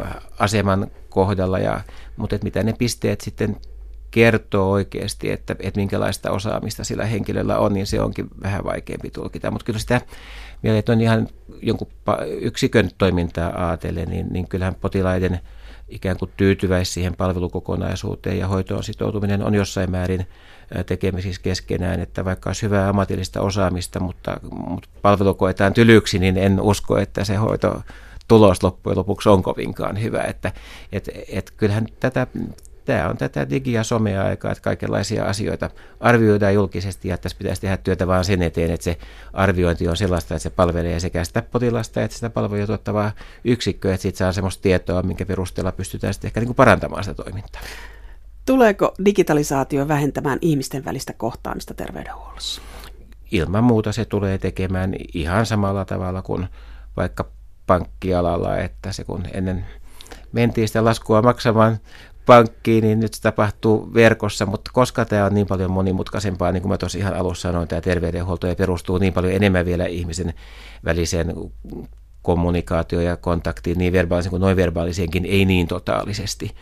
aseman kohdalla, mutta mitä ne pisteet sitten kertoo oikeasti, että minkälaista osaamista sillä henkilöllä on, niin se onkin vähän vaikeampi tulkita. Mutta kyllä sitä vielä, että on ihan jonkun yksikön toimintaa ajatellen, niin kyllähän potilaiden ikään kuin tyytyväis siihen palvelukokonaisuuteen ja hoitoon sitoutuminen on jossain määrin tekemisissä keskenään, että vaikka olisi hyvää ammatillista osaamista, mutta palvelu koetaan tylyksi, niin en usko, että se hoitotulos loppujen lopuksi on kovinkaan hyvä. Että kyllähän tämä on tätä digi- ja somea-aikaa, että kaikenlaisia asioita arvioidaan julkisesti ja tässä pitäisi tehdä työtä vaan sen eteen, että se arviointi on sellaista, että se palvelee sekä sitä potilasta että sitä palveluja tuottavaa yksikköä, että siitä saa sellaista tietoa, minkä perusteella pystytään sitten ehkä niin kuin parantamaan sitä toimintaa. Tuleeko digitalisaatio vähentämään ihmisten välistä kohtaamista terveydenhuollossa? Ilman muuta se tulee tekemään ihan samalla tavalla kuin vaikka pankkialalla, että se kun ennen mentiin sitä laskua maksamaan pankkiin, niin nyt se tapahtuu verkossa, mutta koska tämä on niin paljon monimutkaisempaa, niin kuin mä tuossa ihan alussa sanoin, tämä terveydenhuolto ja perustuu niin paljon enemmän vielä ihmisen väliseen kommunikaatioon ja kontaktiin, niin verbaalisen kuin noin-verbaaliseenkin, ei niin totaalisesti.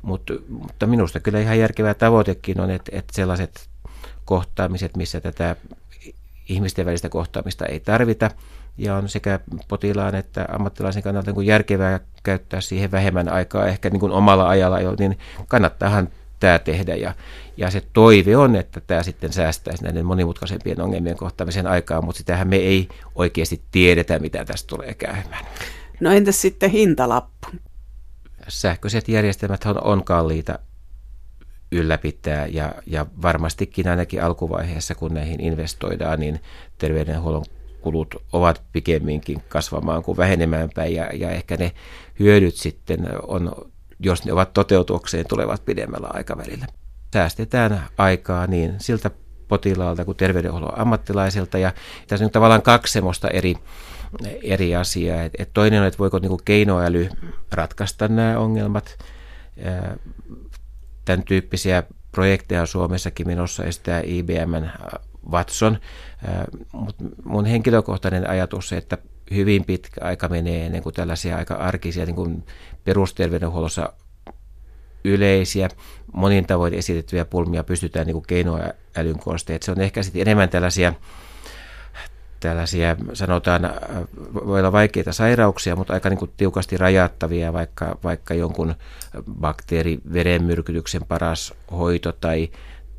Mutta minusta kyllä ihan järkevä tavoitekin on, että sellaiset kohtaamiset, missä tätä ihmisten välistä kohtaamista ei tarvita, ja on sekä potilaan että ammattilaisen kannalta niin kuin järkevää käyttää siihen vähemmän aikaa, ehkä niin kuin omalla ajalla jo, niin kannattaahan tämä tehdä. Ja se toive on, että tämä sitten säästäisi näiden monimutkaisempien ongelmien kohtaamisen aikaa, mutta sitähän me ei oikeasti tiedetä, mitä tästä tulee käymään. No entäs sitten hintalappu? Sähköiset järjestelmät on kalliita ylläpitää ja varmastikin ainakin alkuvaiheessa, kun näihin investoidaan, niin terveydenhuollon kulut ovat pikemminkin kasvamaan kuin vähenemään päin ja ehkä ne hyödyt sitten on, jos ne ovat toteutukseen, tulevat pidemmällä aikavälillä. Säästetään aikaa niin siltä potilaalta kuin terveydenhuollon ammattilaiselta ja tässä on tavallaan 2 semmoista eri asiaa. Et toinen on, että voiko niin kuin keinoäly ratkaista nämä ongelmat. Tämän tyyppisiä projekteja on Suomessakin menossa, estää IBM:n Watson, mutta mun henkilökohtainen ajatus on, että hyvin pitkä aika menee ennen kuin tällaisia aika arkisia niin kuin perusterveydenhuollossa yleisiä, monin tavoin esitettyjä pulmia pystytään niin kuin keinoälyn kosteet. Se on ehkä sitten enemmän tällaisia, sanotaan, voi olla vaikeita sairauksia, mutta aika niin kuin tiukasti rajattavia, vaikka jonkun bakteeriverenmyrkytyksen paras hoito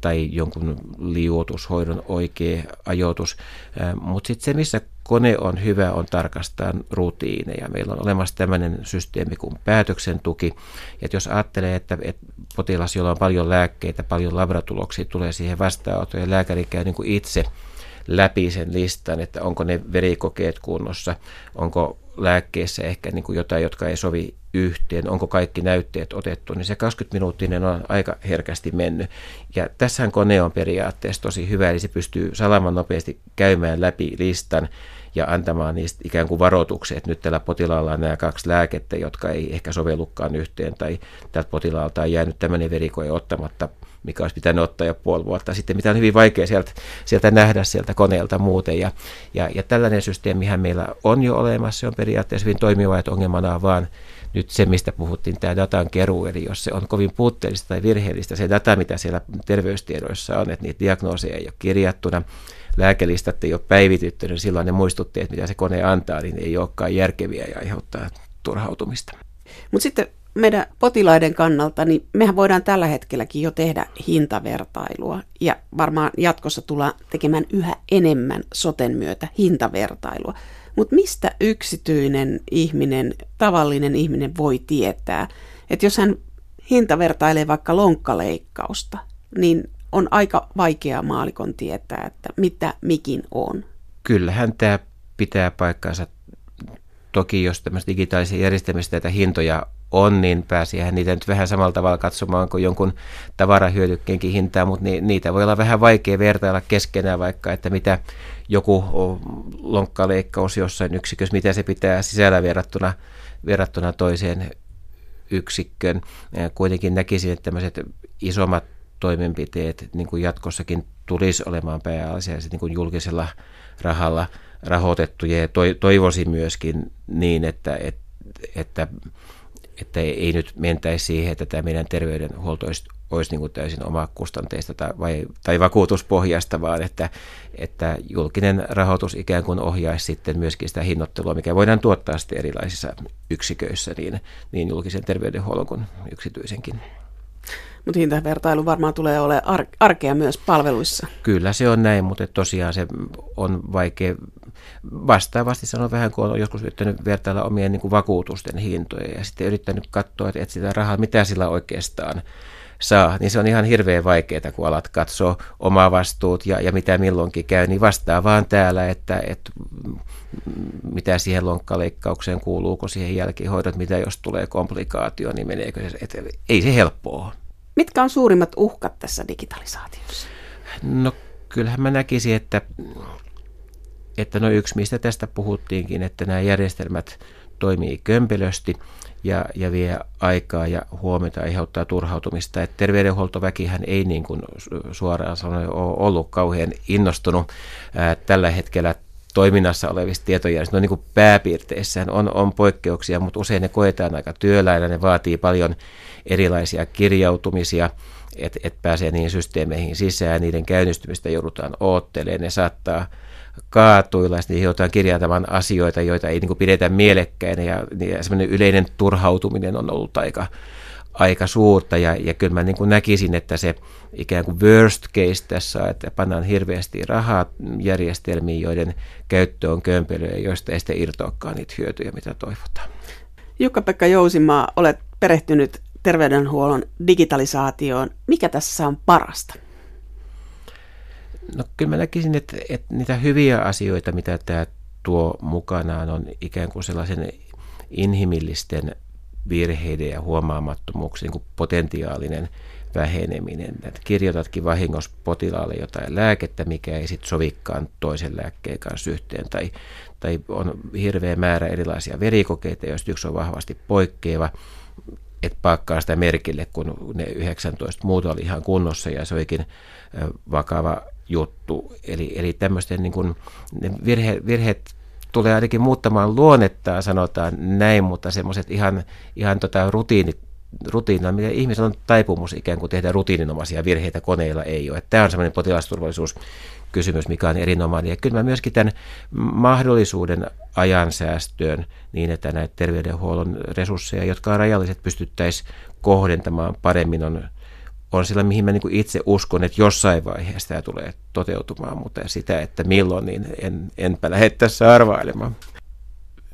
tai jonkun liuotushoidon oikea ajoitus. Mutta sitten se, missä kone on hyvä, on tarkastaa rutiineja. Meillä on olemassa tämmöinen systeemi kuin päätöksentuki. Et jos ajattelee, että potilas, jolla on paljon lääkkeitä, paljon labratuloksia, tulee siihen vastaanotoon ja lääkäri käy niin kuin itse läpi sen listan, että onko ne verikokeet kunnossa, onko lääkkeessä ehkä niin kuin jotain, jotka ei sovi yhteen, onko kaikki näytteet otettu, niin se 20-minuuttinen on aika herkästi mennyt. Ja tässähän kone on periaatteessa tosi hyvä, eli se pystyy salaman nopeasti käymään läpi listan ja antamaan niistä ikään kuin varoituksia, että nyt tällä potilaalla on nämä 2 lääkettä, jotka ei ehkä sovellukaan yhteen, tai tältä potilaalta on jäänyt tämmöinen verikoe ottamatta, mikä olisi pitänyt ottaa jo puoli vuotta sitten, mitä on hyvin vaikea sieltä nähdä sieltä koneelta muuten. Ja tällainen systeemihän meillä on jo olemassa, se on periaatteessa hyvin toimiva, että ongelmana on vaan nyt se, mistä puhuttiin, tämä datan keruu, eli jos se on kovin puutteellista tai virheellistä, se data, mitä siellä terveystiedoissa on, että niitä diagnooseja ei ole kirjattuna, lääkelistat ei ole päivitytty, niin silloin ne muistutteet, mitä se kone antaa, niin ei olekaan järkeviä ja aiheuttaa turhautumista. Mutta sitten meidän potilaiden kannalta, niin mehän voidaan tällä hetkelläkin jo tehdä hintavertailua ja varmaan jatkossa tullaan tekemään yhä enemmän soten myötä hintavertailua. Mutta mistä yksityinen ihminen, tavallinen ihminen voi tietää, että jos hän hintavertailee vaikka lonkkaleikkausta, niin on aika vaikeaa maallikon tietää, että mitä mikin on. Kyllähän tämä pitää paikkansa. Toki jos tämmöistä digitaalisia järjestelmistä näitä hintoja on, niin pääsihän niitä nyt vähän samalla tavalla katsomaan kuin jonkun tavarahyödykkeenkin hintaa, mutta niitä voi olla vähän vaikea vertailla keskenään vaikka, että mitä joku lonkkaleikkaus jossain yksikössä, mitä se pitää sisällä verrattuna toiseen yksikköön. Kuitenkin näkisin, että tämmöiset isommat toimenpiteet niin kuin jatkossakin tulisi olemaan pääasiassa niin kuin julkisella rahalla rahoitettuja ja toivoisin myöskin niin, että ei nyt mentäisi siihen, että tämä meidän terveydenhuolto olisi niin kuin täysin omakustanteista tai vakuutuspohjasta, vaan että julkinen rahoitus ikään kuin ohjaisi sitten myöskin sitä hinnoittelua, mikä voidaan tuottaa sitten erilaisissa yksiköissä, niin julkisen terveydenhuollon kuin yksityisenkin. Mutta hintavertailu varmaan tulee olemaan arkea myös palveluissa. Kyllä se on näin, mutta tosiaan se on vaikea. Vastaavasti sanon vähän, kun olen joskus yrittänyt vertailla omien niin kuin vakuutusten hintoja ja sitten yrittänyt katsoa, että sitä rahaa, mitä sillä oikeastaan saa, niin se on ihan hirveän vaikeaa, kun alat katsoa omaa vastuut ja mitä milloinkin käy, niin vastaa vaan täällä, että mitä siihen lonkkaleikkaukseen kuuluuko siihen jälkihoidot, mitä jos tulee komplikaatio, niin meneekö se, että ei se helppoa. Mitkä on suurimmat uhkat tässä digitalisaatiossa? No kyllähän mä näkisin, että no yksi, mistä tästä puhuttiinkin, että nämä järjestelmät toimii kömpelösti ja vie aikaa ja huomiota aiheuttaa turhautumista. Että terveydenhuoltoväkihän ei niin kuin suoraan sanoen ole ollut kauhean innostunut tällä hetkellä toiminnassa olevista tietojärjestelmistä. No niin kuin pääpiirteissään on poikkeuksia, mutta usein ne koetaan aika työläillä, ne vaatii paljon erilaisia kirjautumisia, että pääsee niihin systeemeihin sisään, niiden käynnistymistä joudutaan oottelemaan, ne saattaa kaatuilla, sitten joudutaan kirjaatamaan asioita, joita ei niin kuin pidetä mielekkäinä, ja semmoinen yleinen turhautuminen on ollut aika suurta, ja kyllä mä niin kuin näkisin, että se ikään kuin worst case tässä on, että pannaan hirveästi rahaa järjestelmiin, joiden käyttö on kömpelöä, joista ei sitten irtoakaan niitä hyötyjä, mitä toivotaan. Jukka-Pekka Jousimaa, olet perehtynyt terveydenhuollon digitalisaatioon. Mikä tässä on parasta? No kyllä mä näkisin, että niitä hyviä asioita, mitä tämä tuo mukanaan, on ikään kuin sellaisen inhimillisten virheiden ja huomaamattomuuksien kuin potentiaalinen väheneminen. Että kirjoitatkin vahingossa potilaalle jotain lääkettä, mikä ei sitten sovikaan toisen lääkkeen kanssa yhteen. Tai on hirveä määrä erilaisia verikokeita, joista yksi on vahvasti poikkeava, että paakkaa sitä merkille, kun ne 19 muuta oli ihan kunnossa ja se olikin vakava juttu. Eli tämmöisten niin kuin, ne virheet tulee ainakin muuttamaan luonnettaan, sanotaan näin, mutta semmoiset ihan rutiinilla, mitä ihmisellä on taipumus ikään kuin tehdä rutiininomaisia virheitä, koneilla ei ole. Tämä on semmoinen potilasturvallisuuskysymys, mikä on erinomainen. Ja kyllä mä myöskin tämän mahdollisuuden ajansäästöön niin, että näitä terveydenhuollon resursseja, jotka on rajalliset, pystyttäisiin kohdentamaan paremmin, on sillä, mihin mä niin kuin itse uskon, että jossain vaiheessa tämä tulee toteutumaan, mutta sitä, että milloin, niin enpä lähde tässä arvailemaan.